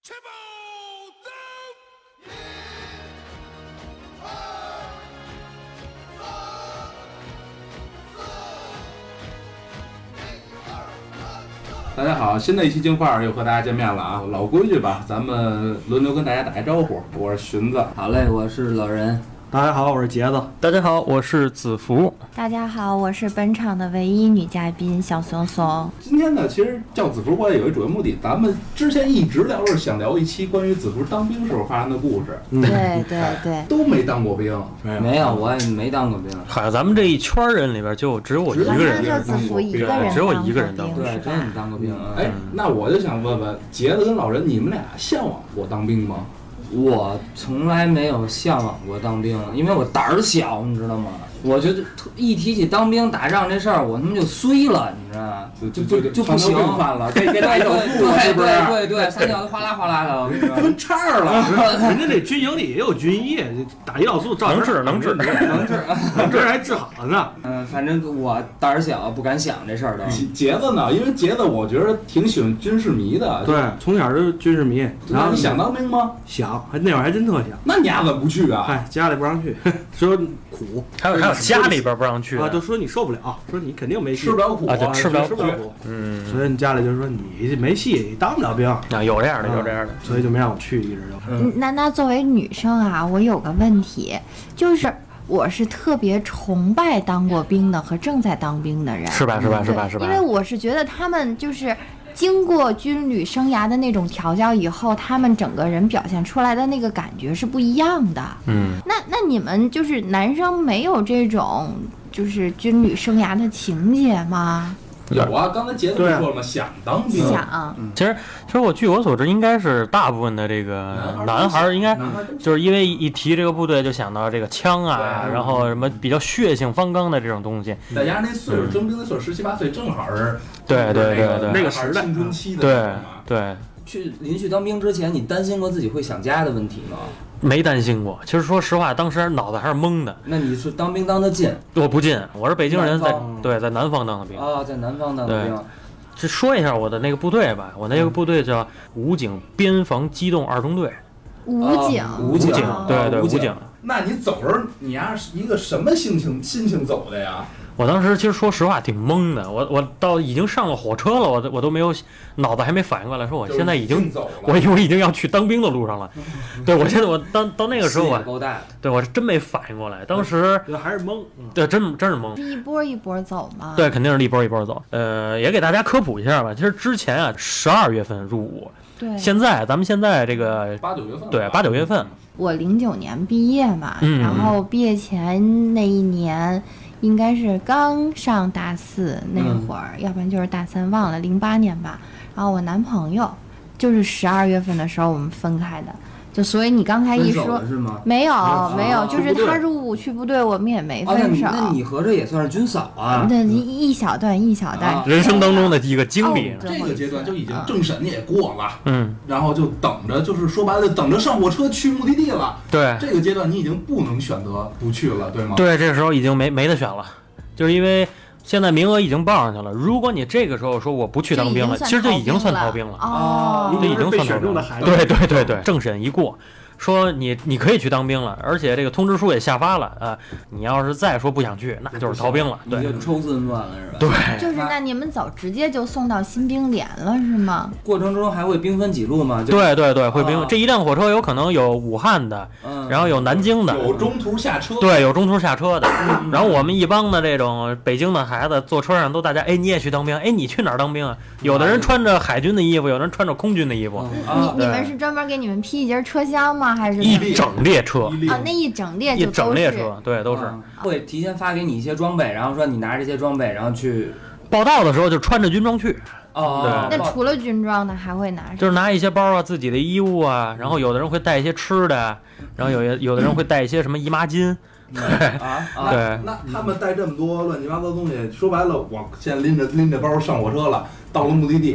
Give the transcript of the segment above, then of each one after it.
大家好，新的一期京范儿又和大家见面了啊！老规矩吧，咱们轮流跟大家打一招呼。我是荀子， 好嘞，我是老人。 大家好，我是杰子。 大家好，我是子福。 大家好，我是本场的唯一女嘉宾小松松。 今天呢，其实叫子福过来有一主要目的，咱们之前一直聊着想聊一期关于子福当兵时候发生的故事。 对对对， 都没当过兵， 没有，我也没当过兵。 好像咱们这一圈人里边就只有我一个人， 就子福一个人， 只有我一个人当过兵。对，真的当过兵。 哎，那我就想问问杰子跟老人，你们俩向往过当兵吗？ 我从来没有向往过当兵，因为我胆儿小，你知道吗？我觉得一提起当兵打仗这事儿，我他妈就衰了，你知道吗？就不行了，给打一手术了，是不是？ 对，三脚都哗啦哗啦的， 分叉了。 人家这军营里也有军医，打胰岛素照能治， 还治好了呢。 反正我胆儿小，不敢想这事儿都。 杰子呢？因为杰子我觉得挺喜欢军事迷的。 对，从小就军事迷。然后你想当兵吗？ 想，那会儿还真特想。 那你丫怎么不去啊？ 嗨，家里不让去，说苦。 还有家里边不让去啊，就说你受不了，说你肯定没戏， 吃不了苦啊，就吃不了苦。所以你家里就说你没戏，你当不了兵啊， 有这样的， 所以就没让我去，一直就。 那作为女生啊，我有个问题，就是我是特别崇拜当过兵的和正在当兵的人， 是吧？ 因为我是觉得他们就是经过军旅生涯的那种调教以后，他们整个人表现出来的那个感觉是不一样的。那你们就是男生没有这种就是军旅生涯的情节吗？ 有啊，刚才杰子不说了吗？想当兵。 其实我据我所知，应该是大部分的这个男孩应该就是因为一提这个部队就想到这个枪啊，然后什么比较血性方刚的这种东西。 再加上那岁数征兵的岁数17、18岁，正好是对那个时代青春期的。 对。 临去当兵之前，你担心过自己会想家的问题吗？ 没担心过，其实说实话，当时脑子还是懵的。 那你是当兵当的近？ 我不近，我是北京人，在南方当的兵。 啊，在南方当的兵。 这说一下我的那个部队吧，我那个部队叫武警边防机动2中队。 武警， 对，武警。 那你走时候，你丫是一个什么心情走的呀？ 我当时其实说实话挺懵的，我到已经上了火车了，我都没有脑子还没反应过来，说我现在已经我已经要去当兵的路上了。对，我现在我到那个时候对我真没反应过来，当时还是懵， 对，真是懵。 是一波一波走吗？ 对，肯定是一波一波走。也给大家科普一下吧，其实之前啊，12月份入伍， 对， 咱们现在这个 8、9月份， 对，8、9月份。 我09年毕业嘛，然后毕业前那一年。应该是刚上大4那会儿，要不然就是大3，忘了08年吧。然后我男朋友就是12月份的时候我们分开的，就所以你刚才一说是吗？ 没有，就是他入伍去部队，我们也没分手。 那你合着也算是军嫂啊？ 那一小段， 人生当中的一个经历。 这个阶段就已经政审也过了，然后就等着，就是说白了，等着上火车去目的地了。 对， 这个阶段你已经不能选择不去了，对吗？ 对，这个时候已经没得选了，就是因为现在名额已经报上去了。如果你这个时候说我不去当兵了，其实就已经算逃兵了。这已经算逃兵了。对，政审一过。说你可以去当兵了，而且这个通知书也下发了啊！你要是再说不想去，那就是逃兵了。对， 你就抽丝乱了是吧？ 对， 就是那你们走直接就送到新兵连了是吗？ 过程中还会兵分几路吗？ 对，会兵。这一辆火车有可能有武汉的，然后有南京的， 有中途下车。 对，有中途下车的。然后我们一帮的这种北京的孩子坐车上都大家，哎，你也去当兵？哎，你去哪儿当兵啊？有的人穿着海军的衣服，有的人穿着空军的衣服。 你们是专门给你们批一节车厢吗？还是一整列车啊？那一整列就一整列车，对，都是会提前发给你一些装备，然后说你拿这些装备，然后去报到的时候就穿着军装去。 哦， 那除了军装呢，还会拿什么？ 就是拿一些包啊，自己的衣物啊，然后有的人会带一些吃的，然后有的人会带一些什么姨妈巾。对， 那他们带这么多乱七八糟东西，说白了，我现在拎着包上火车了，到了目的地。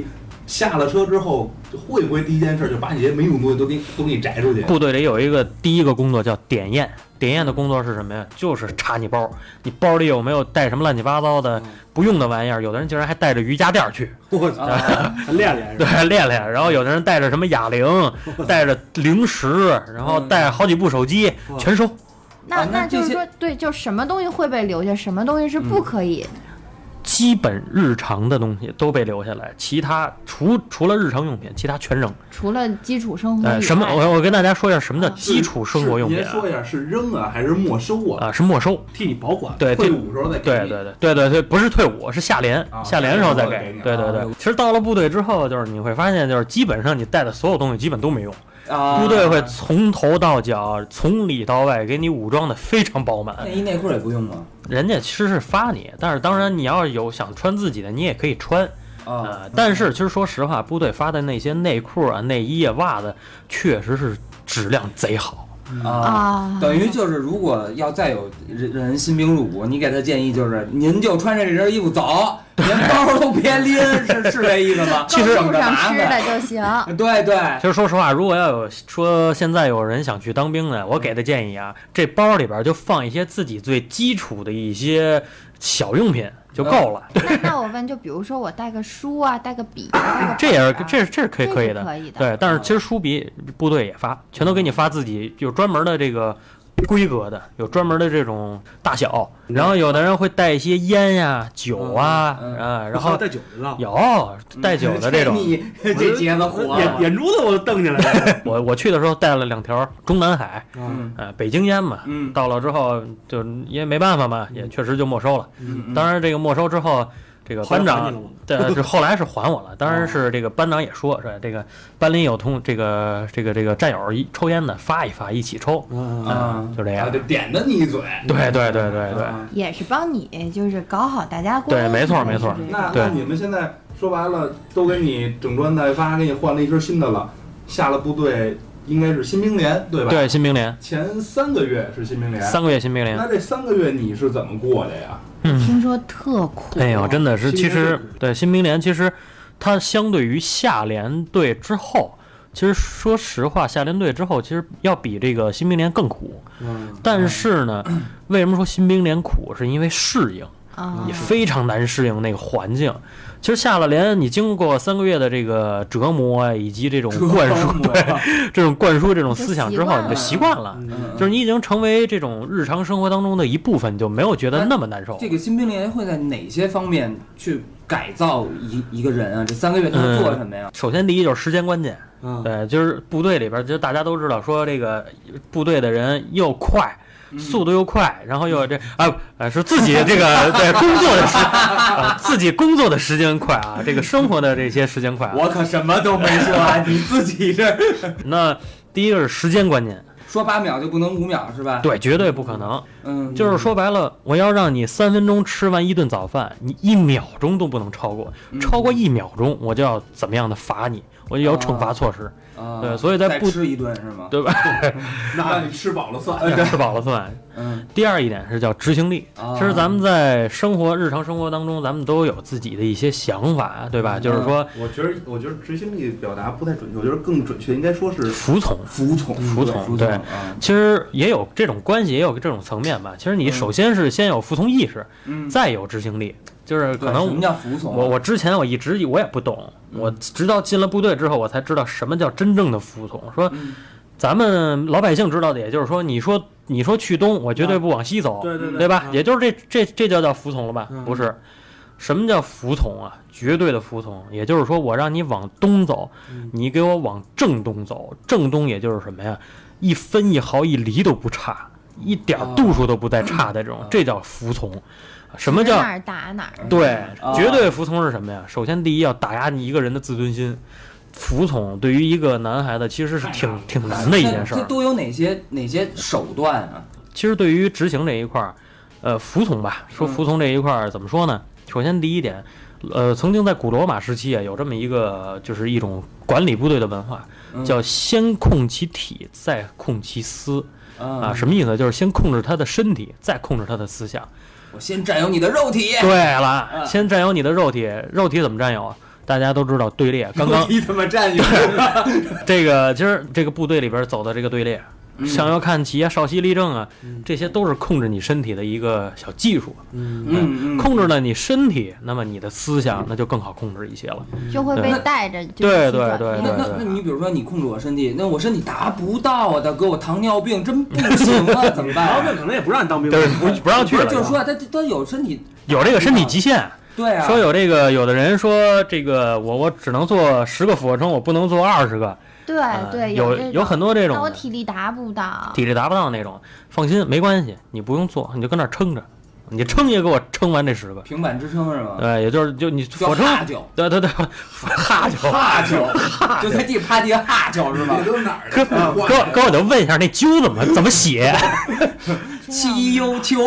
下了车之后，会不会第一件事就把你这些没用东西都给你摘出去？ 部队里有一个第一个工作叫点验，点验的工作是什么呀？就是查你包，你包里有没有带什么乱七八糟的不用的玩意儿？有的人竟然还带着瑜伽垫去， 我操，练练， 对，练练。然后有的人带着什么哑铃，带着零食，然后带好几部手机，全收。 那就是说，对，就什么东西会被留下，什么东西是不可以。 基本日常的东西都被留下来，其他除了日常用品，其他全扔。 除了基础生活以外， 什么？我跟大家说一下什么叫基础生活用品。 您说一下是扔啊还是没收啊？ 是没收， 替你保管。 对， 退伍时候再给。 对，不是退伍，是下连，下连时候再给。对。其实到了部队之后，就是你会发现，就是基本上你带的所有东西基本都没用。部队会从头到脚，从里到外给你武装的非常饱满。 内衣内裤也不用吗？ 人家其实是发你，但是当然你要有想穿自己的，你也可以穿。但是其实说实话，部队发的那些内裤啊、内衣啊、袜子，确实是质量贼好。 等于就是如果要再有人新兵入伍，你给他建议就是您就穿着这身衣服走，连包都别拎，是这意思吗？ 其实路上吃的就行。 对。 其实说实话，如果要有说现在有人想去当兵的，我给的建议啊，这包里边就放一些自己最基础的一些小用品就够了。 那我问，就比如说我带个书啊，带个笔， 这也是这是可以的。对，但是其实书笔部队也发，全都给你发自己有专门的这个规格的，有专门的这种大小。然后有的人会带一些烟呀、酒啊，然后带酒的呢？ 有带酒的这种。 这节子火， 眼珠子我都瞪起来了。 我去的时候带了2条中南海，北京烟嘛，到了之后就也没办法嘛，也确实就没收了。当然这个没收之后。这个班长，对，是后来是还我了。当然是这个班长也说，是这个班里有这个战友抽烟的，发一发，一起抽，就这样， 就点了你一嘴。 对， 也是帮你就是搞好大家关系。 对，没错。 那你们现在说白了，都给你整装待发，给你换了一身新的了，下了部队。应该是新兵连对吧？ 对，新兵连前3个月是新兵连 ，3个月新兵连。 那这3个月你是怎么过的呀？ 听说特苦。 哎呦，真的是，其实对新兵连，其实它相对于下连队之后，其实说实话，下连队之后其实要比这个新兵连更苦。但是呢，为什么说新兵连苦？是因为适应。你非常难适应那个环境。其实下了连，你经过3个月的这个折磨啊，以及这种灌输，对这种灌输这种思想之后，你就习惯了，就是你已经成为这种日常生活当中的一部分，你就没有觉得那么难受。 这个新兵连会在哪些方面去改造一个人啊？这3个月他做什么呀？ 首先第一就是时间关键，对，就是部队里边，就大家都知道说这个部队的人又快。速度又快，然后又这是自己这个对工作的自己工作的时间快啊，这个生活的这些时间快。 我可什么都没说啊，你自己这。 那第一个是时间关键， 说8秒就不能5秒是吧？ 对，绝对不可能。就是说白了，我要让你3分钟吃完一顿早饭，你1秒钟都不能超过，超过1秒钟我就要怎么样的罚你，我就有惩罚措施。对，所以在不吃一顿是吗？ 对吧？ 那你吃饱了算， 吃饱了算。第二一点是叫执行力。其实咱们在日常生活当中，咱们都有自己的一些想法，对吧？就是说， 我觉得执行力表达不太准确，我觉得更准确应该说是服从。对，其实也有这种关系，也有这种层面吧。其实你首先是先有服从意识，再有执行力。就是可能什么叫服从？ 我之前我也不懂，我直到进了部队之后，我才知道什么叫真正的服从。说咱们老百姓知道的，也就是说，你说去东，我绝对不往西走，对吧？也就是这叫服从了吧？不是，什么叫服从啊？绝对的服从，也就是说，我让你往东走，你给我往正东走。正东也就是什么呀？1分1毫1厘都不差，一点度数都不带差的这种，这叫服从。什么叫哪儿打哪儿？ 对，绝对服从是什么呀？首先第一要打压你一个人的自尊心。服从对于一个男孩子其实是挺难的一件事儿。 这都有哪些手段啊？ 其实对于执行这一块儿，服从吧，说服从这一块儿怎么说呢？首先第一点，曾经在古罗马时期啊，有这么一个就是一种管理部队的文化，叫先控其体，再控其思。什么意思？就是先控制他的身体，再控制他的思想。 我先占有你的肉体。 对了，先占有你的肉体。肉体怎么占有啊？ 大家都知道队列，刚刚他妈战友， 这个今儿这个部队里边走的这个队列。上要看齐啊，稍息立正啊，这些都是控制你身体的一个小技术。控制了你身体，那么你的思想那就更好控制一些了， 就会被带着。 对。 那你比如说你控制我身体，那我身体达不到啊，大哥，我糖尿病真不行啊，怎么办？ 糖尿病可能也不让你当兵， 不让去了。 就是说他有身体有这个身体极限。 对啊。 说有这个，有的人说这个我只能做10个俯卧撑，我不能做20个。 对， 有很多这种， 那我体力达不到那种，放心，没关系，你不用做，你就跟那撑着，你撑也给我撑完这10个， 平板支撑是吗？ 对，也就是你俯卧撑，对，哈脚， 就在地趴地哈脚是吧？ 这都哪儿？ 哥，我就问一下，那灸怎么写？ 七幽秋，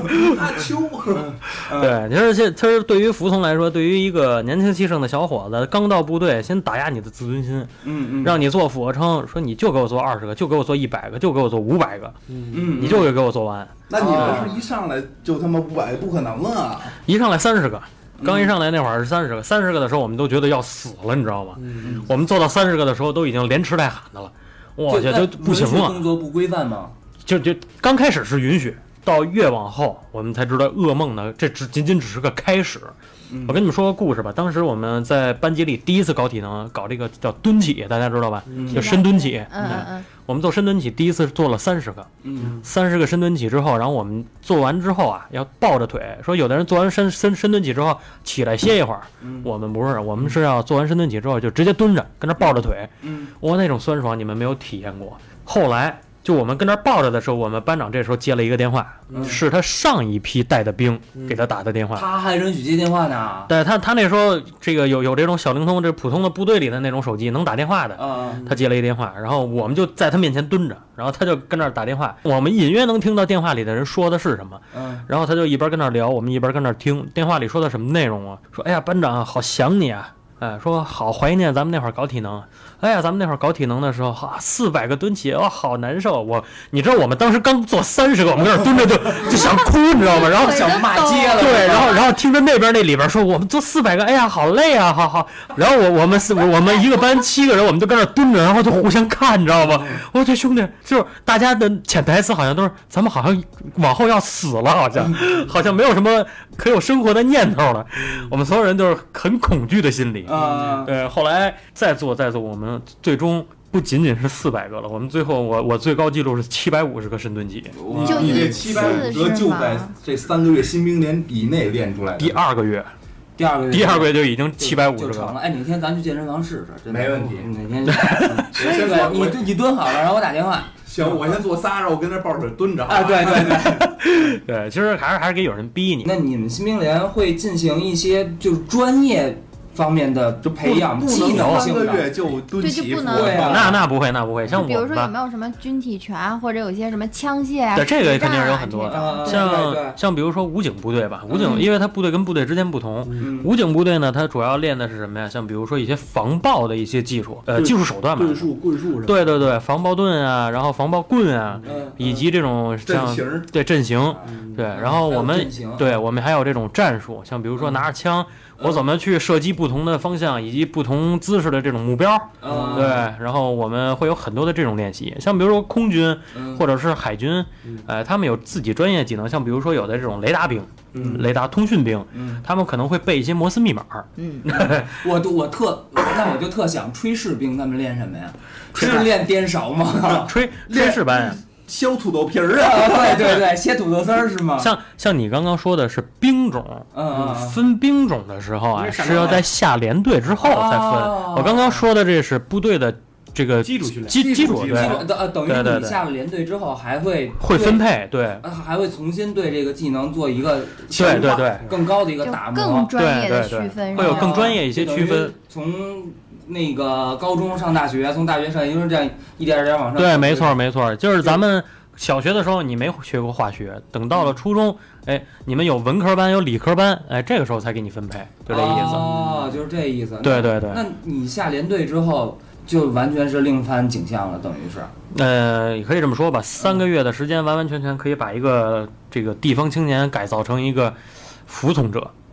对，其实对于服从来说，对于一个年轻气盛的小伙子，刚到部队，先打压你的自尊心，让你做俯卧撑，说你就给我做20个，就给我做100个，就给我做500个，你就给我做完。 那你们是一上来就他妈500个，不可能啊！ 一上来30个。刚一上来那会儿是30个的时候，我们都觉得要死了，你知道吗？我们做到30个的时候，都已经连吃带喊的了，我去就不行了。 工作不规范吗？ 就刚开始是允许，到越往后，我们才知道噩梦呢，这仅仅只是个开始。我跟你们说个故事吧，当时我们在班级里第一次搞体能，搞这个叫蹲起，大家知道吧？就深蹲起。我们做深蹲起，第一次做了30个。30个深蹲起之后，然后我们做完之后啊，要抱着腿。说有的人做完深蹲起之后起来歇一会儿，我们不是，我们是要做完深蹲起之后就直接蹲着，跟那抱着腿。那种酸爽你们没有体验过。后来。就我们跟那抱着的时候，我们班长这时候接了一个电话，是他上一批带的兵给他打的电话。 他还允许接电话呢？ 对，他那时候这个有这种小灵通，这普通的部队里的那种手机能打电话的。他接了一电话，然后我们就在他面前蹲着，然后他就跟那儿打电话，我们隐约能听到电话里的人说的是什么。然后他就一边跟那儿聊，我们一边跟那儿听电话里说的什么内容啊？说哎呀，班长好想你啊。说好怀念咱们那会儿搞体能，哎呀，咱们那会儿搞体能的时候，400个蹲起，好难受。你知道我们当时刚做30个，我们在那蹲着就想哭，你知道吗？然后想骂街了。 对，然后听着那边那里边说我们做400个，哎呀，好累啊，好。然后我们一个班7个人，我们就跟那蹲着，然后就互相看，你知道吗？我这兄弟就是大家的潜台词好像都是咱们好像往后要死了，好像没有什么可有生活的念头了。我们所有人都是很恐惧的心理。后来再做，我们最终不仅仅是400个了，我们最后我最高记录是750个深蹲起。 你这750个就在这3个月新兵连以内练出来的。 第二个月就已经750个了。 哎，哪天咱去健身房试试， 没问题。 哪天你蹲好了，然后我打电话。 行，我先做仨，然后我跟那抱着腿蹲着。 对，其实还是给有人逼你。 那你们新兵连会进行一些就是专业方面的培养技能性的， 3个月就蹲起， 不能那不会，像我比如说有没有什么军体拳，或者有些什么枪械啊？ 对，这个肯定是有很多的。像比如说武警部队吧，武警因为它部队跟部队之间不同，武警部队呢，它主要练的是什么呀？像比如说一些防爆的一些技术，技术手段吧， 棍术， 对，防爆盾啊，然后防爆棍啊，以及这种像阵型，对，然后我们还有这种战术，像比如说拿着枪。我怎么去射击不同的方向以及不同姿势的这种目标？对，然后我们会有很多的这种练习，像比如说空军或者是海军，他们有自己专业技能，像比如说有的这种雷达兵、雷达通讯兵，他们可能会背一些摩斯密码。 我就特想炊事兵，他们练什么呀？是练颠勺吗？ 炊事班呀。 削土豆皮儿啊！ 对，切土豆丝儿是吗？ 像你刚刚说的是兵种，分兵种的时候啊，是要在下连队之后才分。我刚刚说的这是部队的这个基础训练， 基础等于你下了连队之后还会分配，对， 还会重新对这个技能做一个对更高的一个打磨， 更专业的区分， 会有更专业一些区分。 从那个高中上大学，从大学上研究生，这样一点点往上。 对，没错，就是咱们小学的时候你没学过化学，等到了初中，你们有文科班有理科班，这个时候才给你分配，就这意思。 就是这意思。 对。 那你下连队之后，就完全是另番景象了，等于是。 也可以这么说吧，3个月的时间，完完全全可以把一个这个地方青年改造成一个服从者。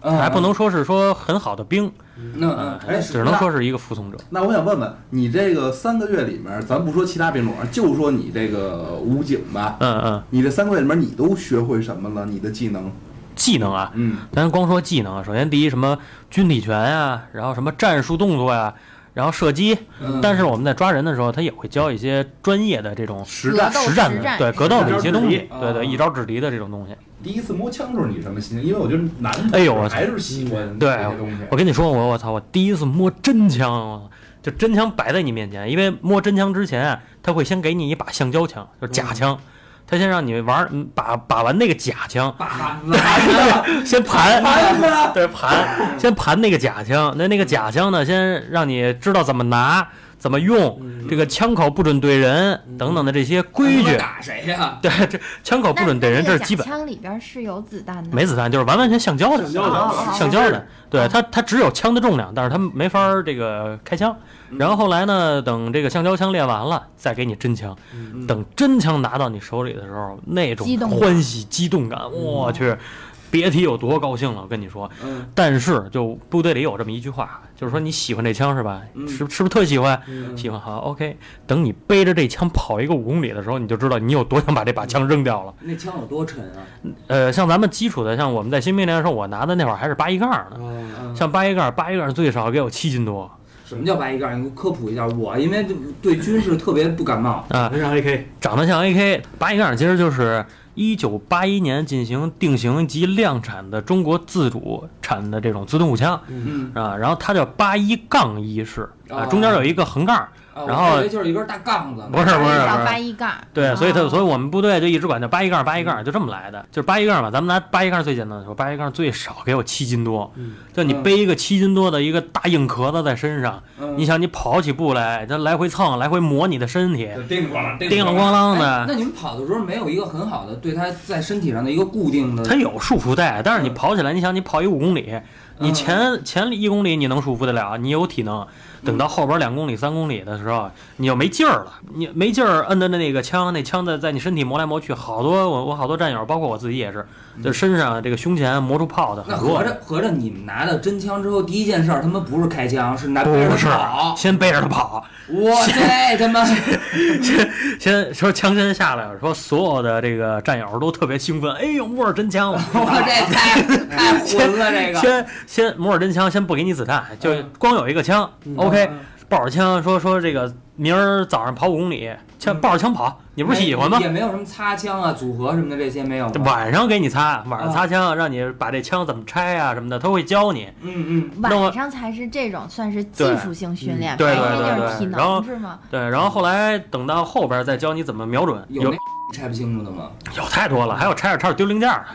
还不能说是说很好的兵，只能说是一个服从者。 那我想问问你，这个3个月里面，咱不说其他兵种，就说你这个武警吧，你这3个月里面你都学会什么了？你的技能啊，咱光说技能，首先第一什么军体拳呀，然后什么战术动作呀。然后射击，但是我们在抓人的时候，他也会教一些专业的这种实战的，对格斗的一些东西，对一招制敌的这种东西。 第一次摸枪时候你什么心情？因为我觉得男的还是喜欢这些东西。 我跟你说，我操，我第一次摸真枪，就真枪摆在你面前，因为摸真枪之前，他会先给你一把橡胶枪，就是假枪。他先让你把玩那个假枪，先盘，对先盘那个假枪。那个假枪呢，先让你知道怎么拿，怎么用，这个枪口不准对人等等的这些规矩。 打谁呀？ 对，这枪口不准对人，这是基本。 枪里边是有子弹的？ 没子弹，就是完完全橡胶的。橡胶的，对它只有枪的重量，但是它没法这个开枪。然后后来呢，等这个橡胶枪练完了，再给你真枪。等真枪拿到你手里的时候，那种欢喜激动感，我去，别提有多高兴了。我跟你说，但是就部队里有这么一句话，就是说你喜欢这枪是吧？是不是特喜欢？喜欢好 ，OK。等你背着这枪跑1个5公里的时候，你就知道你有多想把这把枪扔掉了。 那枪有多沉啊？ 像咱们基础的，像我们在新兵连的时候，我拿的那会儿还是81杠呢。像81杠最少给我7斤多。 什么叫81杠？你给我科普一下。我因为对军事特别不感冒啊，长得像 AK。81杠其实就是1981年进行定型及量产的中国自主产的这种自动步枪，然后它叫81杠1式啊，中间有一个横杠。然后就是一根大杠子， 不是 81杠， 对，所以我们部队就一直管叫81杠，就这么来的，就是81杠嘛。咱们拿81杠最简单的说，81杠最少给我7斤多，就你背一个7斤多的一个大硬壳子在身上，你想你跑起步来，它来回蹭，来回磨你的身体， 叮了咣啷的。 那你们跑的时候没有一个很好的对它在身体上的一个固定的？ 它有束缚带，但是你跑起来，你想你跑1 5公里，你前1公里你能束缚得了，你有体能。等到后边2公里、3公里的时候，你就没劲儿了。你没劲儿，摁的那个枪，那枪在你身体磨来磨去，好多我好多战友，包括我自己也是，就身上这个胸前磨出泡的很多。 那合着你们拿到真枪之后，第一件事他妈不是开枪，是拿背着跑， 先背着他跑。 哇塞，他妈！ 先说枪先下来了，说所有的这个战友都特别兴奋，哎呦，摸着真枪了， 我这太混了，这个。 先摸着真枪，先不给你子弹，就光有一个枪 ，OK。抱着枪说这个明儿早上跑5公里，抱着枪跑，你不是喜欢吗？ 也没有什么擦枪啊、组合什么的这些没有。 晚上给你擦，晚上擦枪，让你把这枪怎么拆啊什么的，他会教你。 晚上才是这种算是技术性训练， 对， 体能是吗？ 对，然后后来等到后边再教你怎么瞄准。 有拆不清楚的吗？ 有太多了，还有拆着丢零件的，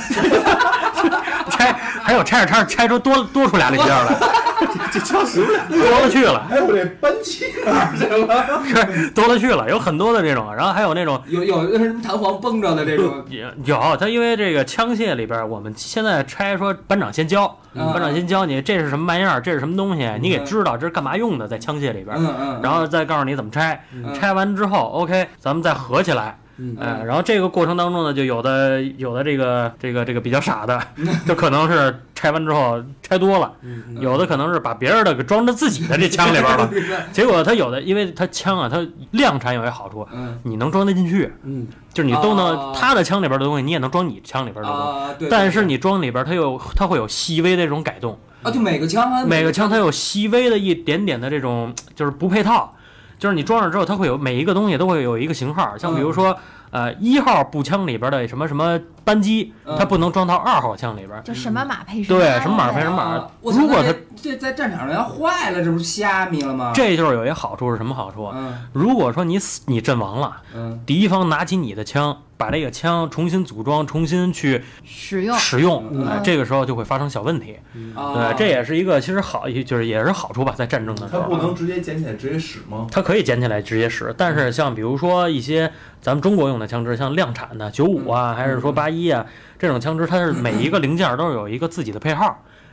还有拆出多出俩零件来。 这枪使不了， 多了去了。 还有这扳机啊， 是多了去了，有很多的这种，然后还有那种有什么弹簧绷着的这种， 有。它因为这个枪械里边，我们现在拆说班长先教，你这是什么玩意儿，这是什么东西，你给知道这是干嘛用的，在枪械里边，然后再告诉你怎么拆，拆完之后 OK， 咱们再合起来。然后这个过程当中呢，就有的这个比较傻的，就可能是拆完之后拆多了，有的可能是把别人的给装到自己的这枪里边了，结果他有的，因为他枪啊，它量产有一好处，你能装得进去，就是你都能，他的枪里边的东西你也能装你枪里边的东西，但是你装里边它会有细微的这种改动啊，就每个枪它有细微的一点点的这种就是不配套。就是你装上之后，它会有每一个东西都会有一个型号，像比如说，1号步枪里边的什么扳机，它不能装到2号枪里边， 就什么码配什么。 对，什么码配什么码。如果它这在战场上要坏了，这不是瞎咪了吗？ 这就是有一个好处是什么好处？如果说你阵亡了，敌方拿起你的枪，把这个枪重新组装，重新去使用，这个时候就会发生小问题。对，这也是一个其实就是也是好处吧，在战争的时候。 它不能直接捡起来直接使吗？ 它可以捡起来直接使，但是像比如说一些咱们中国用的枪支，像量产的95啊，还是说81啊这种枪支，它是每一个零件都是有一个自己的配号。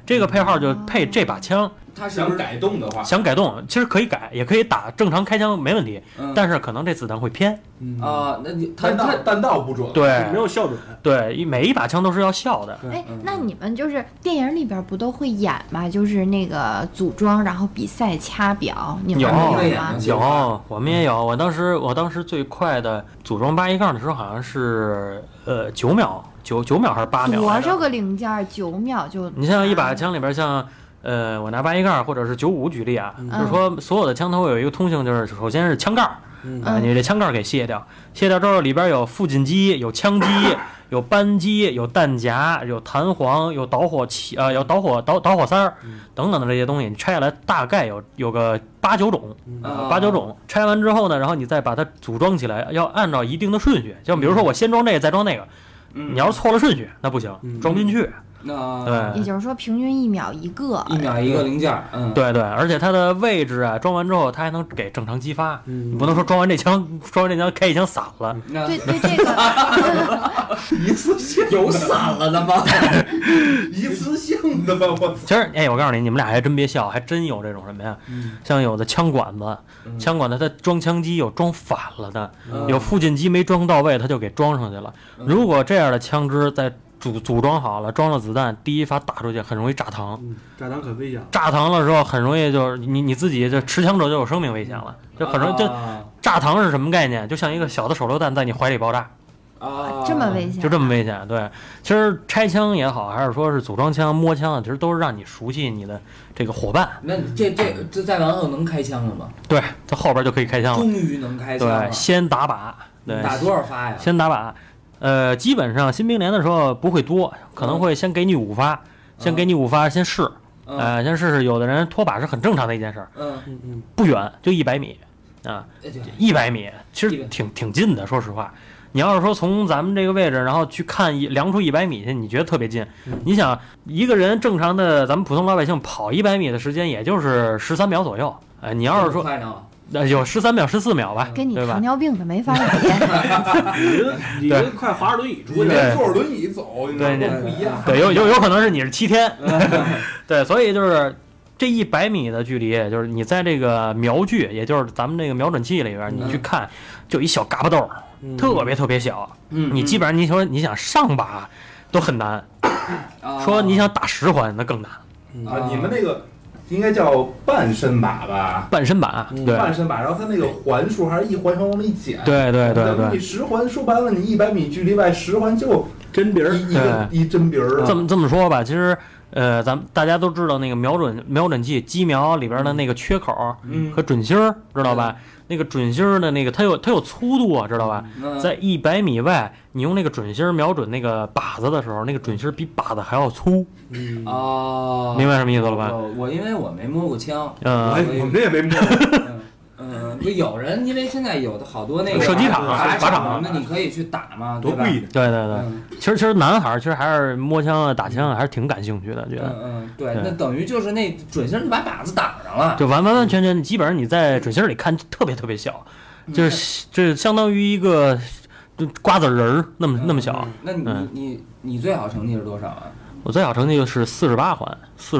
这个配号就配这把枪。 他想改动的话， 想改动其实可以改，也可以打正常开枪没问题，但是可能这子弹会偏啊。那你弹道不准， 对， 没有校准， 对，每一把枪都是要校的。 哎，那你们就是电影里边不都会演吗？就是那个组装，然后比赛掐表，你们有吗？ 有，我们也有。我当时最快的组装8一杠的时候，好像是9秒，9秒还是8秒？ 多少个零件9秒就？ 你像一把枪里边像。我拿8一杠或者是95举例啊，就是说所有的枪都会有一个通性，就是首先是枪盖，你这枪盖给卸掉之后，里边有副进机、有枪机、有扳机、有弹夹、有弹簧、有导火器有导火塞等等的这些东西，你拆下来大概有个8、9种，8、9种。拆完之后呢，然后你再把它组装起来，要按照一定的顺序，就比如说我先装这个再装那个，你要是错了顺序那不行，装不进去。 对，也就是说平均1秒一个 ，1秒一个零件。 对，而且它的位置啊，装完之后它还能给正常激发，你不能说装完这枪开一枪散了。 对这个一次性有散了的吗？ 一次性的吧，我。 其实我告诉你们俩还真别笑，还真有这种什么呀？像有的枪管子它装枪机有装反了的，有副进机没装到位，它就给装上去了。如果这样的枪支在组装好了，装了子弹，第一发打出去很容易炸膛， 炸膛可危险。 炸膛了之后很容易就是你自己这持枪者就有生命危险了，就很容易就炸膛是什么概念？就像一个小的手榴弹在你怀里爆炸。 这么危险， 就这么危险。对，其实拆枪也好，还是说是组装枪、摸枪啊，其实都是让你熟悉你的这个伙伴。 那这再往后能开枪了吗？ 对，它后边就可以开枪了。 终于能开枪了。 对，先打靶。对， 打多少发呀？ 先打靶。基本上新兵连的时候不会多，可能会先给你5发，先试，先试试。有的人脱靶是很正常的一件事，不远就100米啊，100米其实挺近的，说实话。你要是说从咱们这个位置，然后去看量出100米去，你觉得特别近。你想一个人正常的咱们普通老百姓跑100米的时间也就是13秒左右，你要是说有13秒、14秒吧， 跟你糖尿病的没法比。 你快滑着轮椅出去， 坐着轮椅走， 对， 不一样。 对，有可能是你是7天。对，所以就是这100米的距离，就是你在这个瞄具，也就是咱们这个瞄准器里边，你去看，就一小嘎巴豆，特别小。你基本上你说你想上靶都很难，说你想打10环那更难。 你们那个。应该叫半身靶吧？ 半身靶，对， 半身靶。然后它那个环数还是一环往里减。 对。 你10环说白了，你100米距离外10环就针鼻儿， 一针鼻儿。 这么说吧，其实咱们大家都知道那个瞄准器机瞄里边的那个缺口和准星，知道吧？那个准星的那个它有粗度啊，知道吧？在100米外，你用那个准星瞄准那个靶子的时候，那个准星比靶子还要粗。明白什么意思了吧？ 我因为我没摸过枪， 我们也没摸过。 不有人，因为现在有的好多那个射击场、 靶场，那你可以去打嘛， 多贵的。 对。其实男孩其实还是摸枪啊、打枪啊，还是挺感兴趣的，觉得。 对，那等于就是那准星把靶子挡上了， 就完全，基本上你在准星里看特别小，就是相当于一个瓜子仁儿那么小。 那你最好成绩是多少啊？ 我最好成绩是48环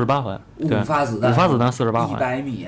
，5发子弹 48环 ，100米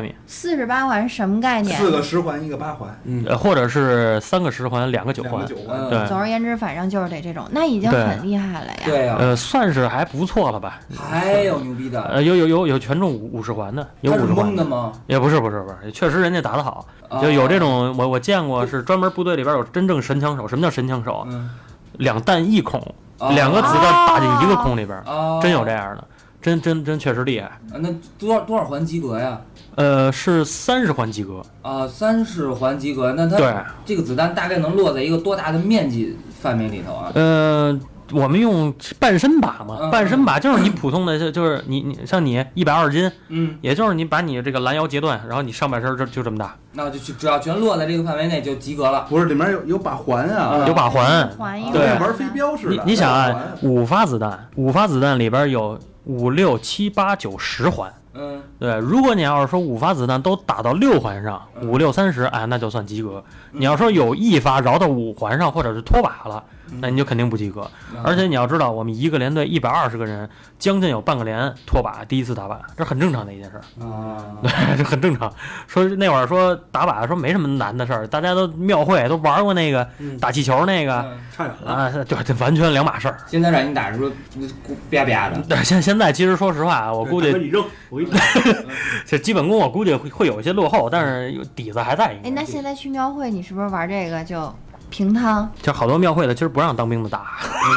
，48环什么概念？ 4个10环，1个8环， 或者是3个10环，2个9环，对。 总而言之，反正就是得这种，那已经很厉害了呀。 对呀， 算是还不错了吧？ 还有牛逼的， 有全中50环的，有50环的吗？ 也不是，确实人家打得好，就有这种我见过是专门部队里边有真正神枪手。什么叫神枪手？2弹1孔。2个子弹打进1个空里边，真有这样的，真确实厉害。 那多少环及格呀？ 是30环及格。 30环及格，那它这个子弹大概能落在一个多大的面积范围里头啊？ 我们用半身靶嘛，半身靶就是你普通的，就是你像你120斤，也就是你把你这个拦腰截断，然后你上半身就这么大， 那就只要全落在这个范围内就及格了。 不是，里面有把环啊， 有把环， 对，玩飞镖似的。 你想啊，5发子弹里边有5、6、7、8、9、10环， 对，如果你要是说5发子弹都打到6环上，5、6、30，哎，那就算及格。你要说有1发绕到5环上或者是脱靶了，那你就肯定不及格。而且你要知道，我们一个连队120个人，将近有半个连脱靶，第一次打靶，这很正常的一件事对，这很正常。说那会儿说打靶说没什么难的事儿，大家都庙会都玩过那个打气球那个， 差远了啊，对，这完全两码事儿。 现在让你打说啪啪的， 对，现在其实说实话，我估计你扔，我给你这基本功我估计会有一些落后，但是底子还在。 哎，那现在去庙会，你是不是玩这个就平汤？ 就好多庙会的其实不让当兵的打，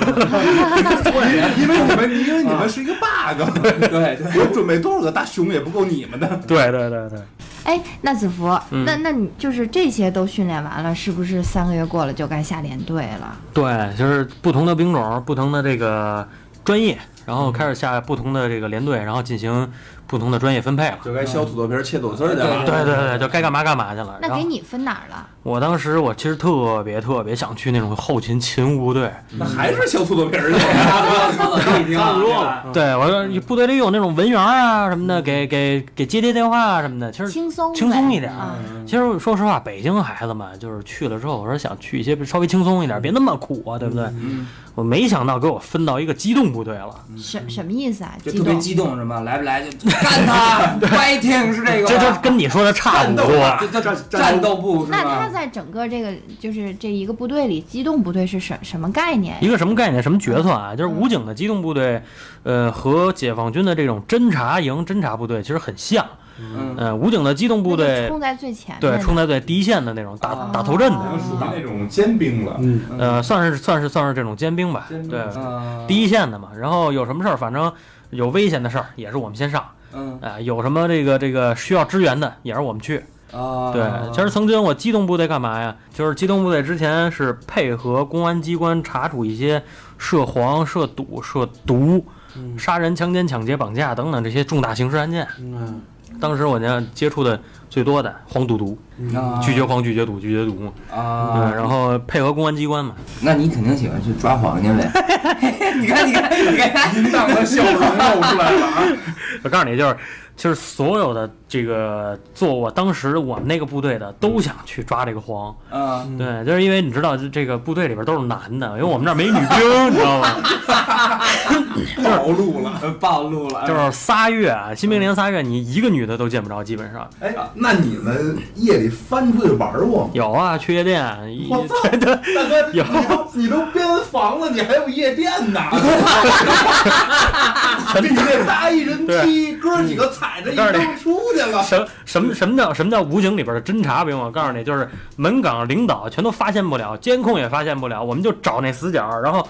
因为你们是一个 bug， 对，我准备多少个大熊也不够你们的。 对。 哎，那子福，那你就是这些都训练完了，是不是3个月过了就该下连队了？ 对，就是不同的兵种，不同的这个专业，然后开始下不同的这个连队，然后进行不同的专业分配了， 就该削土豆皮切土丝去了。 对，就该干嘛干嘛去了。 那给你分哪儿了？ 我当时其实特别想去那种后勤勤务部队， 那还是削土豆皮去。 对，我说部队里有那种文员啊什么的，给接电话什么的，其实轻松一点。其实说实话，北京孩子嘛，就是去了之后，我说想去一些稍微轻松一点，别那么苦啊，对不对？我没想到给我分到一个机动部队了。 什么意思啊？ 就特别激动是吗？来不来就干他，fighting 是这个。 这跟你说的差不多。 战斗部是吧？ 那他在整个这个就是这一个部队里，机动部队是什么概念？ 一个什么概念？什么角色啊？就是武警的机动部队，和解放军的这种侦察营、侦察部队其实很像。武警的机动部队冲在最前面， 对，冲在最第一线的那种打头阵的， 属于那种尖兵了。 算是这种尖兵吧。对，第一线的嘛。然后有什么事儿，反正有危险的事儿也是我们先上。有什么这个需要支援的也是我们去。对，其实曾经我机动部队干嘛呀？就是机动部队之前是配合公安机关查处一些涉黄、涉赌、涉毒、杀人、强奸、抢劫、绑架等等这些重大刑事案件。当时我呢接触的最多的黄赌毒，拒绝黄拒绝赌拒绝赌对，然后配合公安机关嘛。 那你肯定喜欢去抓黄去呗？你看， 淫荡的笑容露出来了啊！ 我告诉你，就是所有的这个当时我们那个部队的都想去抓这个黄。对，就是因为你知道这个部队里边都是男的，因为我们这儿没女兵，你知道吗？ 暴露了， 就是3月啊，新兵连3月，你一个女的都见不着，基本上。 哎，那你们夜里翻出去玩过吗？ 有啊，去夜店。 我操，大哥，你都编房了，你还有夜店呢？你这搭一人梯，哥几个踩着一蹬出去了。 什么叫武警里边的侦察兵？我告诉你，就是门岗领导全都发现不了，监控也发现不了，我们就找那死角，然后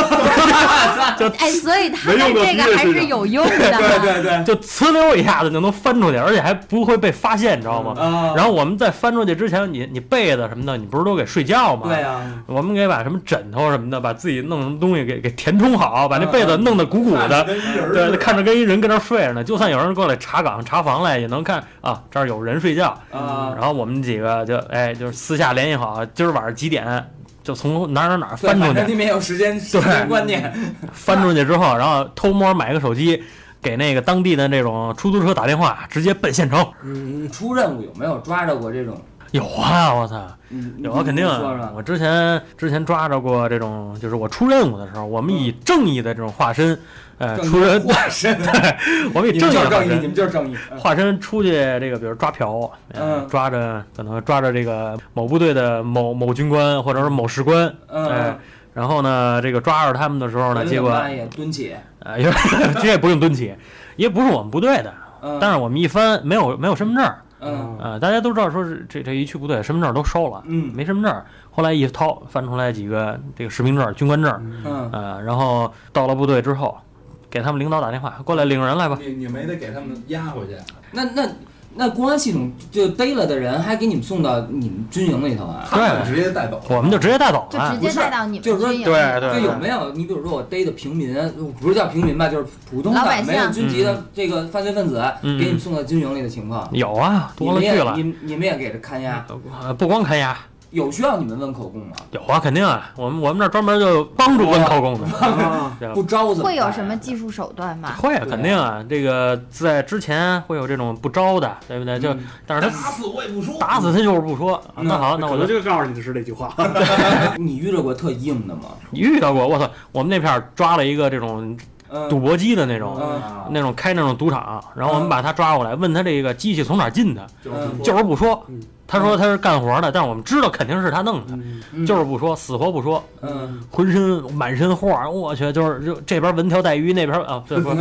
所以他在这个还是有用的。 对， 就呲溜一下子就能翻出去，而且还不会被发现，你知道吗？然后我们在翻出去之前，你被子什么的，你不是都给睡觉吗？ 对啊， 我们给把什么枕头什么的，把自己弄什么东西给填充好，把那被子弄得鼓鼓的，对，看着跟一人跟那睡着呢。就算有人过来查岗查房来，也能看啊，这儿有人睡觉。然后我们几个就是私下联系好，今儿晚上几点。就从哪翻出去， 你没有时间观念， 翻出去之后，然后偷摸买个手机，给那个当地的那种出租车打电话，直接奔县城。 出任务有没有抓着过这种？ 有啊，我操，有啊，肯定。我之前抓着过这种，就是我出任务的时候，我们以正义的这种化身。出人化身， 对，我们以正义化身， 你们就是正义化身出去，这个比如抓嫖，可能抓着这个某部队的某军官或者是某士官，然后呢，这个抓着他们的时候呢，结果也蹲起， 这也不用蹲起，也不是我们部队的，但是我们一翻没有身份证，大家都知道说是这一去部队身份证都收了，没身份证。后来一掏翻出来几个这个士兵证、军官证，然后到了部队之后。给他们领导打电话，过来领人来吧。 你没得给他们押回去。 那公安系统就逮了的人，还给你们送到你们军营里头啊？ 对，直接带走。 我们就直接带走了， 就直接带到你们军营。 对， 就有没有？你比如说我逮的平民，不是叫平民吧，就是普通的没有军籍的这个犯罪分子，给你们送到军营里的情况？ 有啊，多了去了。 你们也给他看押？ 不光看押。 有需要你们问口供吗？ 有啊，肯定啊，我们那专门就帮助问口供的。 不招怎么办？ 会有什么技术手段吗？ 会，肯定啊。这个在之前会有这种不招的，对不对？就但是他打死我也不说， 打死他就是不说。那好，那我就告诉你的是这句话。 你遇到过特硬的吗？ 遇到过，我操！我们那片抓了一个这种赌博机的那种，那种开那种赌场，然后我们把他抓过来，问他这个机器从哪儿进的，就是不说。他说他是干活的，但是我们知道肯定是他弄的，就是不说，死活不说。浑身满身货，我去，就这边纹条带鱼，那边啊，对不？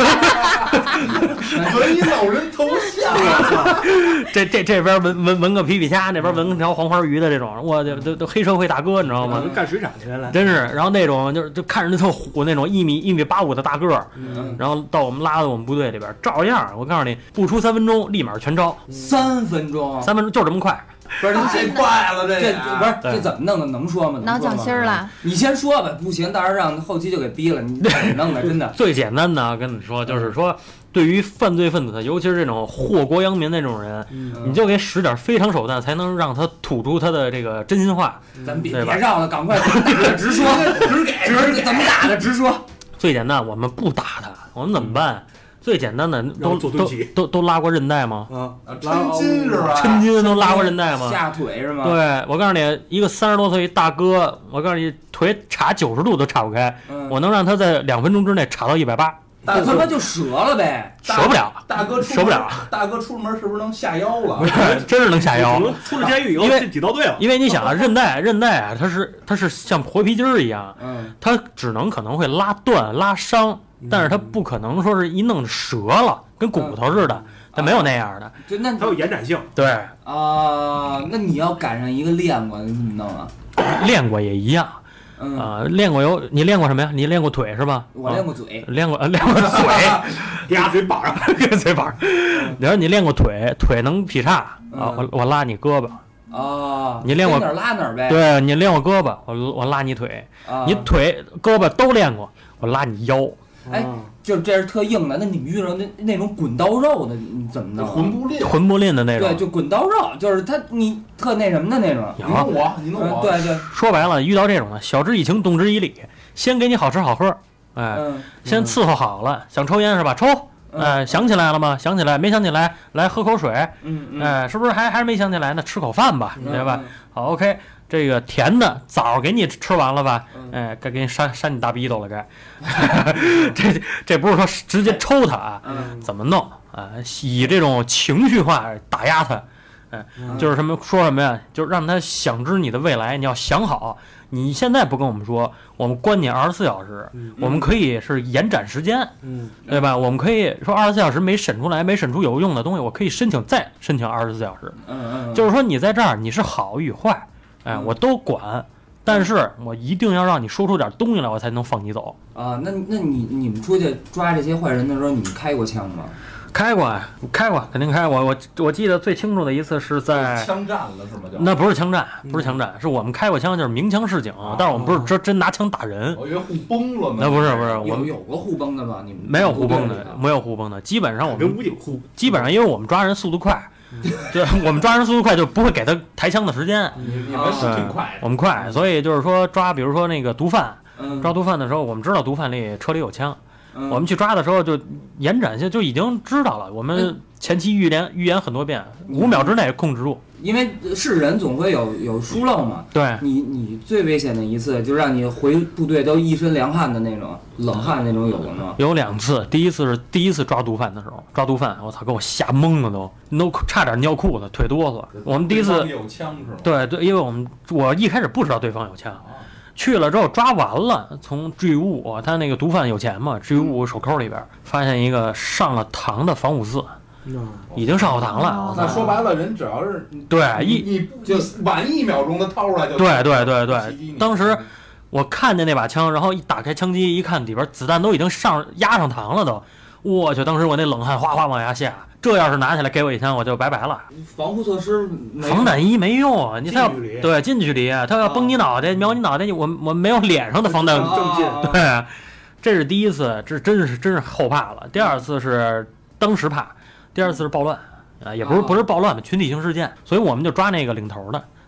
可以老人头像。 这边纹个皮皮虾，那边纹条黄花鱼的这种，我都黑社会大哥，你知道吗？ 干水产去了， 真是。然后那种就看着那特虎那种1.85米的大个儿，然后到我们拉到我们部队里边，照样，我告诉你，不出3分钟，立马全招。 3分钟就这么快。 不是太快了，这不是这怎么弄的？能说吗？ 挠脚心了。 你先说吧，不行，到时候让后期就给逼了。你怎么弄的？真的最简单的，跟你说，就是说，对于犯罪分子，尤其是这种祸国殃民那种人，你就给使点非常手段，才能让他吐出他的这个真心话。 咱别绕了，赶快直说，直怎么打的？直说。 最简单，我们不打他，我们怎么办？最简单的都拉过韧带吗？ 抻筋是吧？ 抻筋都拉过韧带吗？ 下腿是吗？ 对，我告诉你，一个30多岁大哥，我告诉你，腿叉90度都叉不开，我能让他在2分钟之内叉到180。 那他妈就折了呗， 折不了。 大哥折不了。 大哥出门是不是能下腰了？ 真是能下腰。 出了监狱以后进体操队了。 因为你想啊，韧带啊，它是像活皮筋儿一样，它只能可能会拉断拉伤。但是它不可能说是一弄折了，跟骨头似的，它没有那样的。 就那它有延展性。 对那你要赶上一个练过，你怎么弄啊？ 练过也一样。练过你练过什么呀？你练过腿是吧？ 我练过嘴。 练过嘴， 压嘴膀上， 嘴膀。你说你练过腿能劈叉啊？我拉你胳膊。你练过哪儿拉哪儿呗。 对，你练过胳膊，我拉你腿。你腿胳膊都练过，我拉你腰。 哎，就这是特硬的，那你们遇到那种滚刀肉的，你怎么弄？ 魂不吝的那种。 对，就滚刀肉，就是你特那什么的那种。 你弄我。 对。 说白了，遇到这种的，晓之以情，动之以理，先给你好吃好喝，先伺候好了。想抽烟是吧？抽。想起来了吗？想起来，没想起来，来喝口水。是不是还是没想起来呢？吃口饭吧，对吧？好 ，OK。这个甜的枣给你吃完了吧？该给你扇你大逼斗了，该。这不是说直接抽他啊？怎么弄啊？以这种情绪化打压他，就是什么说什么呀？就让他想知你的未来，你要想好。你现在不跟我们说，我们关你24小时，我们可以是延展时间，对吧？我们可以说24小时没审出来，没审出有用的东西，我可以再申请24小时。就是说你在这儿你是好与坏。我都管，但是我一定要让你说出点东西来，我才能放你走啊。那你们出去抓这些坏人的时候，你们开过枪吗？ 开过，肯定开过。我记得最清楚的一次是在枪战了是吗？ 那不是枪战，是我们开过枪，就是鸣枪示警，但是我们不是真拿枪打人。 我以为互崩了呢。 那不是，我们有过互崩的吗？你们没有互崩的，基本上我们武警互， 基本上因为我们抓人速度快。对，我们抓人速度快，就不会给他抬枪的时间。 你们是挺快的， 我们快，所以就是说比如说那个毒贩，抓毒贩的时候，我们知道毒贩车里有枪，我们去抓的时候就延展性就已经知道了。我们前期预言很多遍，5秒之内控制住。 因为是人总会有疏漏嘛。 对， 你最危险的一次就让你回部队都一身凉汗的那种冷汗那种有过吗？ 有2次，第一次是第一次抓毒贩的时候，我操，给我吓懵了都差点尿裤子，腿哆嗦。我们第一次有枪是吗？ 对，因为我一开始不知道对方有枪。去了之后抓完了，从 G55，他那个毒贩有钱嘛，G55手扣里边发现一个上了膛的防5-4，已经上过膛了。 那说白了，人只要是对你就晚1秒钟，他掏出来就对。当时我看见那把枪，然后一打开枪机一看，里边子弹都已经压上膛了都。我去，当时我那冷汗哗哗往下下。这要是拿起来给我一枪，我就拜拜了。 防护措施， 防弹衣没用啊！他要对近距离，他要崩你脑袋、瞄你脑袋，我没有脸上的防弹。对，这是第一次，这真是后怕了。第2次是当时怕，第2次是暴乱啊，也不是暴乱吧，群体性事件，所以我们就抓那个领头的。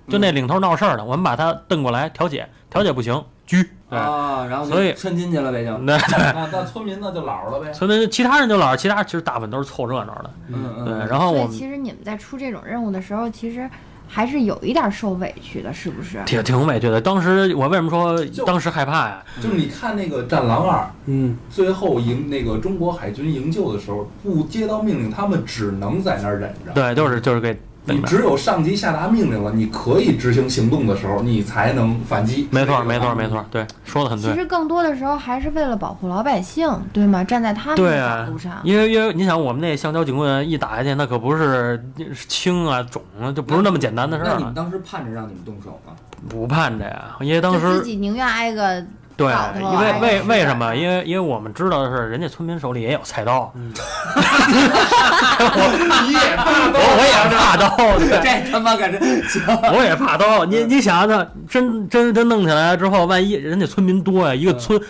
就那领头闹事儿的，我们把他瞪过来调解，调解不行，拘。 然后所以抻进去了呗，就对。 那村民呢就老了呗。 村民其他人就老，其他其实大部分都是凑热闹的。对。然后我们其实你们在出这种任务的时候，其实还是有一点受委屈的，是不是？ 挺委屈的。当时我为什么说当时害怕呀？ 就是你看那个《战狼2》，最后那个中国海军营救的时候，不接到命令，他们只能在那儿忍着。 对，就是给。 你只有上级下达命令了，你可以执行行动的时候，你才能反击。 没错，对，说得很对。 其实更多的时候还是为了保护老百姓，对吗？站在他们的角度上。 因为你想，我们那橡胶警棍一打下去，那可不是轻啊、肿啊，就不是那么简单的事儿。 那你们当时盼着让你们动手吗？ 不盼着呀，因为当时自己宁愿挨个。 对，为什么？因为我们知道的是，人家村民手里也有菜刀。 你也怕刀， 我也怕刀， 这他妈可是， 我也怕刀。你想想，真弄起来之后，万一人家村民多呀，一村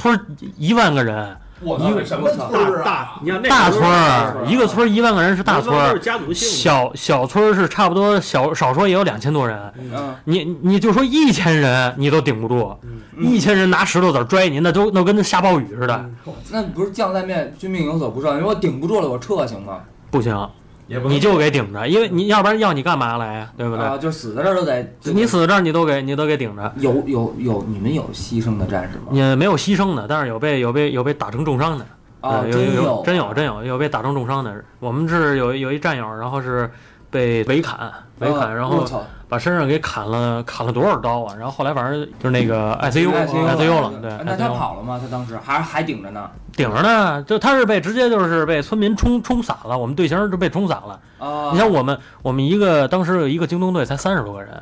1万个人。 一个什么村啊？ 你看大村儿，一个村1万个人是大村儿，小村是差不多少说也有2000多人。你就说1000人你都顶不住，1000人拿石头子拽你，那跟下暴雨似的。 那不是将在面，军命有所不受。你说我顶不住了，我撤行吗？ 不行。你就给顶着，因为你要不然要你干嘛来呀？对不对？ 就死在这儿都得， 你死在这儿你都给顶着。 有你们有牺牲的战士吗？ 也没有牺牲的，但是有被打成重伤的。真有被打成重伤的。我们是有一战友，然后是被围砍，然后把身上给砍了多少刀啊？然后后来反正就是那个 ICU 了。对， 那他跑了吗？他当时还顶着呢。 顶着呢，就他是直接就是被村民冲散了，我们队形就被冲散了。你想我们当时有一个京东队才30多个人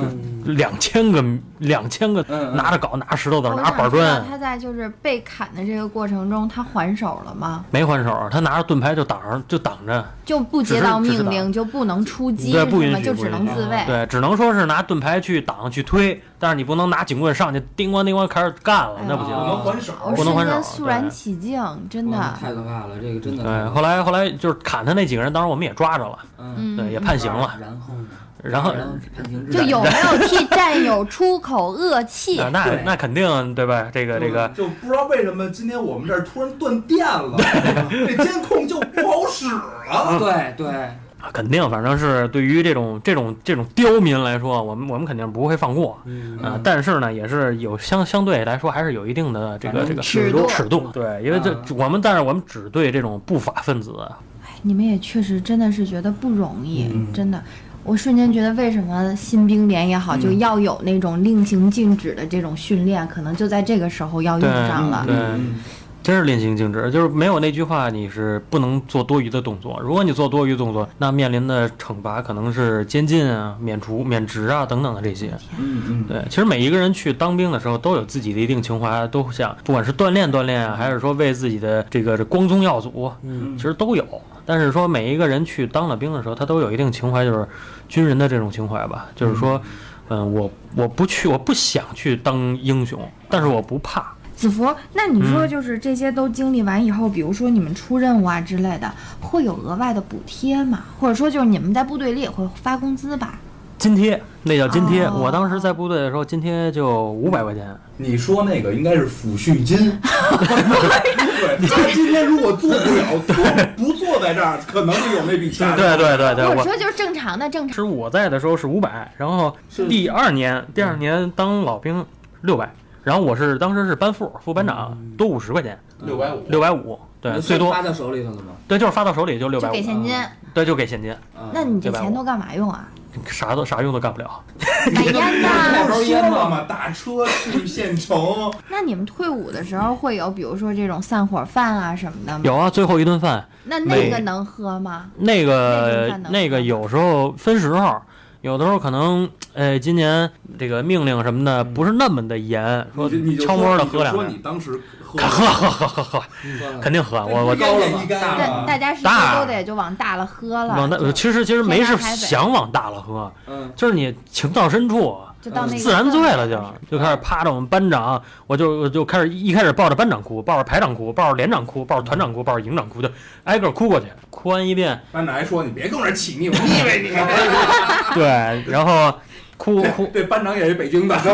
，2000个拿着镐拿石头子拿板砖。 他在就是被砍的这个过程中，他还手了吗？ 没还手，他拿着盾牌就挡着， 就不接到命令就不能出击， 对，不允许， 就只能自卫。 对，只能说是拿盾牌去挡去推，但是你不能拿警棍上去叮咣开始干了，那不行，不能还手， 肃然起敬，真的太可怕了，这个真的。 对，后来就是砍他那几个人，当时我们也抓着了，对，也判刑了。然后就有没有替战友出口恶气？ 那肯定对吧？这个就不知道为什么今天我们这儿突然断电了，这监控就不好使了。 对。 肯定，反正是对于这种刁民来说，我们肯定不会放过。但是呢，也是有相对来说还是有一定的这个尺度。对，因为但是我们只对这种不法分子。 你们也确实真的是觉得不容易，真的。我瞬间觉得，为什么新兵连也好，就要有那种令行禁止的这种训练，可能就在这个时候要用上了。 对。真是令行禁止，就是没有那句话，你是不能做多余的动作。如果你做多余动作，那面临的惩罚可能是监禁啊、免职啊等等的这些。对，其实每一个人去当兵的时候都有自己的一定情怀，都想不管是锻炼啊，还是说为自己的这个光宗耀祖，其实都有。但是说每一个人去当了兵的时候，他都有一定情怀，就是军人的这种情怀吧，就是说，我不想去当英雄，但是我不怕。 子福，那你说就是这些都经历完以后，比如说你们出任务啊之类的，会有额外的补贴吗？或者说就是你们在部队里也会发工资吧？ 津贴，那叫津贴。我当时在部队的时候，津贴就500块钱。 你说那个应该是抚恤金。对，他今天如果做不了，不坐在这儿，可能就有那笔钱。 对。 我说就是正常。 是我在的时候是500，然后第二年当老兵600。然后我当时是班副班长，多50块钱，650，对，最多发到手里头了吗？ 对，就是发到手里就650， 就给现金。 对，就给现金。 那你这钱都干嘛用啊？ 啥用都干不了。 买烟呐， 说嘛，打车去县城。 那你们退伍的时候会有，比如说这种散伙饭啊什么的吗？ 有啊，最后一顿饭。 那个能喝吗？ 那个有时候分时候。有的时候可能，今年这个命令什么的不是那么的严，说悄摸的喝两杯。 说你当时喝，肯定喝。我高了嘛， 大家是都得就往大了喝了。 往大，其实没是想往大了喝，就是你情到深处。 就到那自然醉了，就开始趴着我们班长，我就开始抱着班长哭，抱着排长哭，抱着连长哭，抱着团长哭，抱着营长哭，就挨个哭过去，哭完一遍， 班长还说你别跟我这起腻，我腻歪你。 对，然后哭， 这班长也是北京的，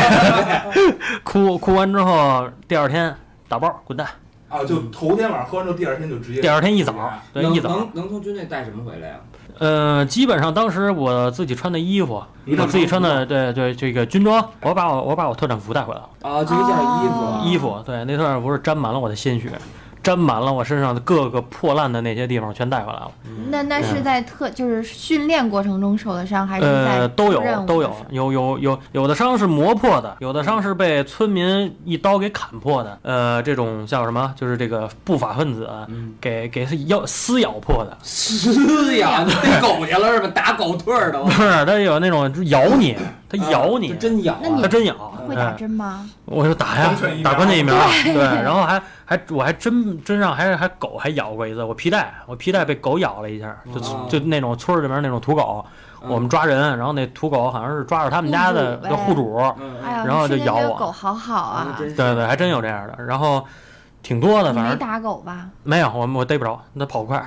哭完之后，第二天打包滚蛋。 啊，就头天晚上喝完之后，第二天就直接。 第二天一早，对，一早。 能从军队带什么回来呀？ 基本上当时我自己穿的衣服，我自己穿的对这个军装，我把我特战服带回来了。 啊，就一件衣服，对，那特战服是沾满了我的鲜血。沾满了我身上的各个破烂的那些地方，全带回来了。 那是在就是训练过程中受的伤，还是在都有的伤是磨破的，有的伤是被村民一刀给砍破的。这种叫什么？就是这个不法分子给撕咬破的。 撕咬，逮狗去了是吧？打狗腿的。 不是，他有那种咬你，他咬你， 真咬， 他真咬。 会打针吗？ 我就打呀，打关键疫苗。对，然后我还真让还狗还咬过一次，我皮带被狗咬了一下，就那种村里面那种土狗，我们抓人，然后那土狗好像是抓着他们家的户主，然后就咬我。 狗好啊， 对，还真有这样的，然后挺多的，反正没打狗吧？ 没有，我逮不着，那跑快。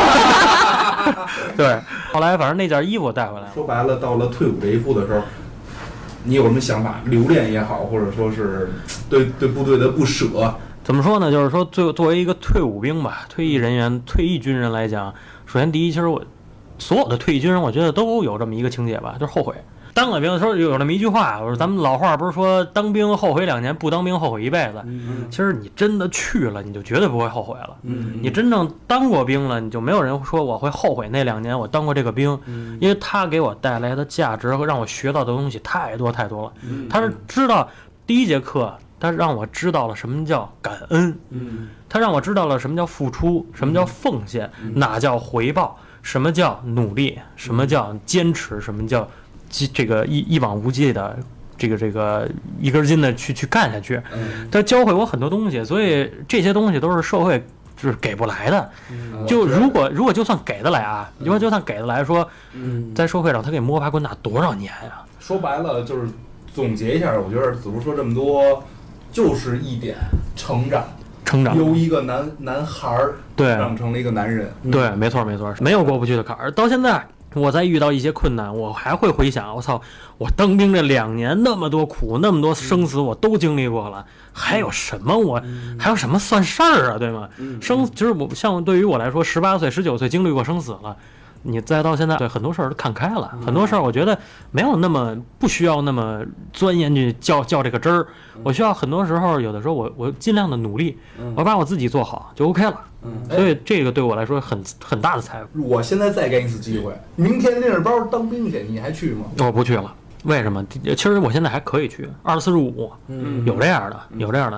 对，后来反正那件衣服我带回来了。 说白了，到了退伍这一步的时候。你有什么想法？留恋也好，或者说是对部队的不舍， 怎么说呢？就是说，作为一个退伍兵吧，退役人员、退役军人来讲，首先第一，其实所有的退役军人，我觉得都有这么一个情节吧，就是后悔。当了兵的时候有这么一句话，我说咱们老话不是说当兵后悔2年，不当兵后悔一辈子。其实你真的去了，你就绝对不会后悔了。你真正当过兵了，你就没有人说我会后悔那2年我当过这个兵，因为他给我带来的价值和让我学到的东西太多了。他是知道第一节课，他让我知道了什么叫感恩，他让我知道了什么叫付出，什么叫奉献，哪叫回报，什么叫努力，什么叫坚持，什么叫这个一往无际的这个一根筋的去干下去。他教会我很多东西，所以这些东西都是社会就是给不来的。就如果就算给得来啊，如果就算给得来说，在社会上他给摸爬滚打多少年呀？ 说白了就是总结一下，我觉得子如说这么多，就是一点成长，由一个男孩对长成了一个男人。 对，没错，没有过不去的坎儿。到现在我再遇到一些困难，我还会回想，我操，我当兵这2年那么多苦，那么多生死我都经历过了，还有什么还有什么算事儿啊，对吗？其实像对于我来说，18岁、19岁经历过生死了。你再到现在，对很多事儿都看开了，很多事儿我觉得没有那么不需要那么钻研去较这个真儿。我需要很多时候，有的时候我尽量的努力，我把我自己做好就 OK 了。所以这个对我来说很大的财富。 我现在再给你一次机会，明天拎着包当兵去，你还去吗？ 我不去了。为什么？其实我现在还可以去24入伍，有这样的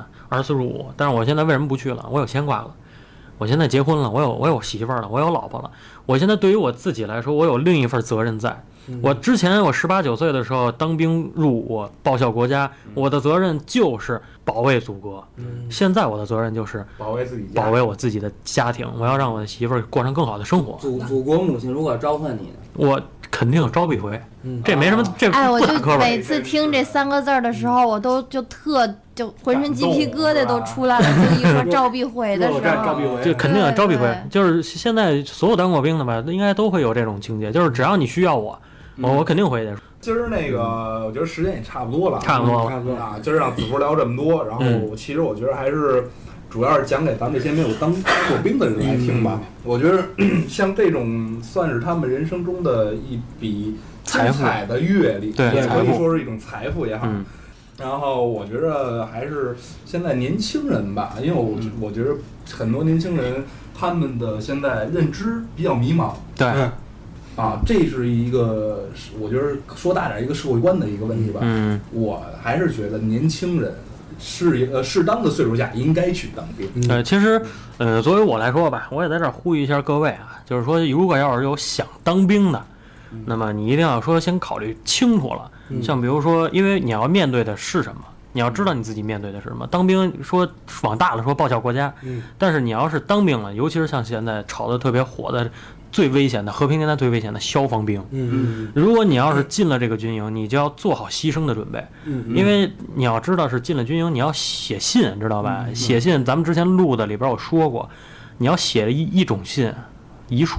24入伍，但是我现在为什么不去了？我有牵挂了。我现在结婚了，我有媳妇儿了，我有老婆了。我现在对于我自己来说，我有另一份责任在。我之前我18、19岁的时候当兵入伍，报效国家，我的责任就是保卫祖国。现在我的责任就是保卫我自己的家庭，我要让我的媳妇儿过上更好的生活。 祖国母亲如果召唤你， 我肯定招必回。这没什么，这我就每次听这3个字的时候，我都就浑身鸡皮疙瘩都出来了。就一说召必回的时候， 就肯定招必回。就是现在所有当过兵的吧，应该都会有这种情节，就是只要你需要我肯定回去。 今儿那个，我觉得时间也差不多了， 差不多啊。今儿让子福聊这么多，然后其实我觉得还是主要是讲给咱们这些没有当过兵的人来听吧。我觉得像这种算是他们人生中的一笔精彩的阅历，也可以说是一种财富也好。然后我觉得还是现在年轻人吧，因为我觉得很多年轻人他们的现在认知比较迷茫。 对。 这是一个我觉得说大点一个社会观的一个问题吧。我还是觉得年轻人适当的岁数下应该去当兵。 其实作为我来说吧，我也在这儿呼吁一下各位啊，就是说如果要是有想当兵的，那么你一定要说先考虑清楚了。像比如说，因为你要面对的是什么，你要知道你自己面对的是什么。当兵说往大了说报效国家，但是你要是当兵了，尤其是像现在炒得特别火的最危险的和平年代最危险的消防兵，如果你要是进了这个军营，你就要做好牺牲的准备，因为你要知道是进了军营，你要写信，知道吧？写信，咱们之前录的里边有说过，你要写一种信，遗书，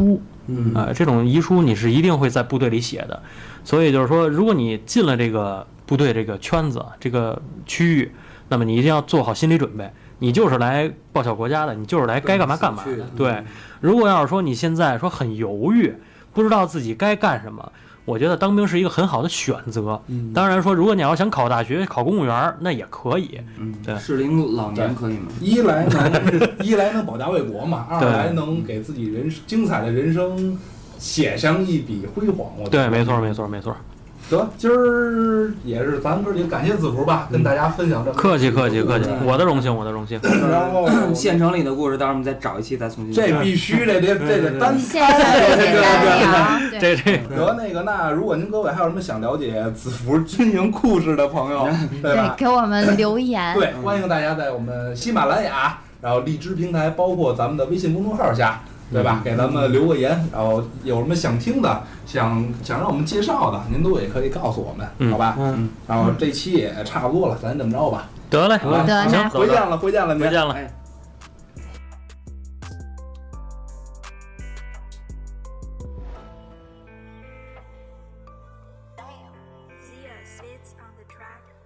这种遗书你是一定会在部队里写的。所以就是说，如果你进了这个部队这个圈子这个区域，那么你一定要做好心理准备，你就是来报效国家的，你就是来该干嘛干嘛的。对，如果要是说你现在说很犹豫，不知道自己该干什么，我觉得当兵是一个很好的选择。当然说，如果你要想考大学、考公务员，那也可以。对， 适龄老年可以吗？ 一来能保家卫国嘛，二来能给自己精彩的人生写上一笔辉煌。 对，没错。 得，今儿也是咱哥儿几个感谢子福吧，跟大家分享这么客气，我的荣幸。 然后县城里的故事，到时候我们再找一期再重新。 这必须这得单这得那如果您各位还有什么想了解子福军营故事的朋友，对吧？ 给我们留言。 对，欢迎大家在我们喜马拉雅，然后荔枝平台，包括咱们的微信公众号下。对吧？给咱们留个言，然后有什么想听的，想让我们介绍的，您都也可以告诉我们，好吧？然后这期也差不多了，咱这么着吧。 得嘞， 行，回见了。 回见了。 Damn, Zia sits on the track.